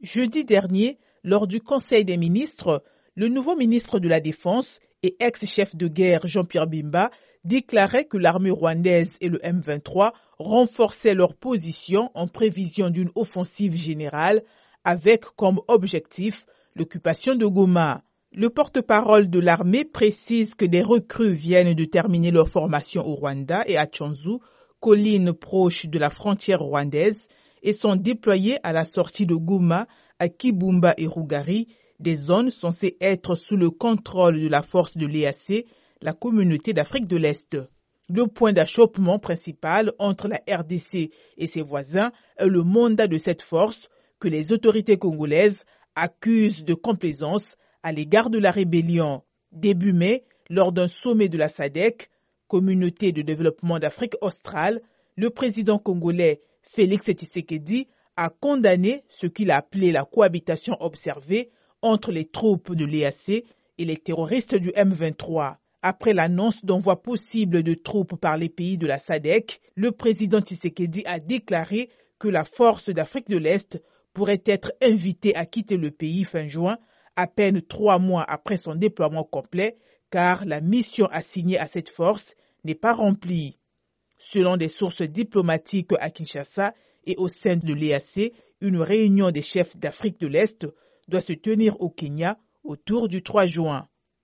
Jeudi dernier, lors du Conseil des ministres, le nouveau ministre de la Défense et ex-chef de guerre Jean-Pierre Bemba déclarait que l'armée rwandaise et le M23 renforçaient leur position en prévision d'une offensive générale avec comme objectif l'occupation de Goma. Le porte-parole de l'armée précise que des recrues viennent de terminer leur formation au Rwanda et à Tchanzu, colline proche de la frontière rwandaise, et sont déployés à la sortie de Goma, à Kibumba et Rugari, des zones censées être sous le contrôle de la force de l'EAC, la communauté d'Afrique de l'Est. Le point d'achoppement principal entre la RDC et ses voisins est le mandat de cette force que les autorités congolaises accusent de complaisance à l'égard de la rébellion. Début mai, lors d'un sommet de la SADC, Communauté de développement d'Afrique australe, le président congolais Félix Tshisekedi a condamné ce qu'il a appelé la cohabitation observée entre les troupes de l'EAC et les terroristes du M23. Après l'annonce d'envoi possible de troupes par les pays de la SADC, le président Tshisekedi a déclaré que la force d'Afrique de l'Est pourrait être invitée à quitter le pays fin juin, à peine 3 mois après son déploiement complet, car la mission assignée à cette force n'est pas remplie. Selon des sources diplomatiques à Kinshasa et au sein de l'EAC, une réunion des chefs d'Afrique de l'Est doit se tenir au Kenya autour du 3 juin.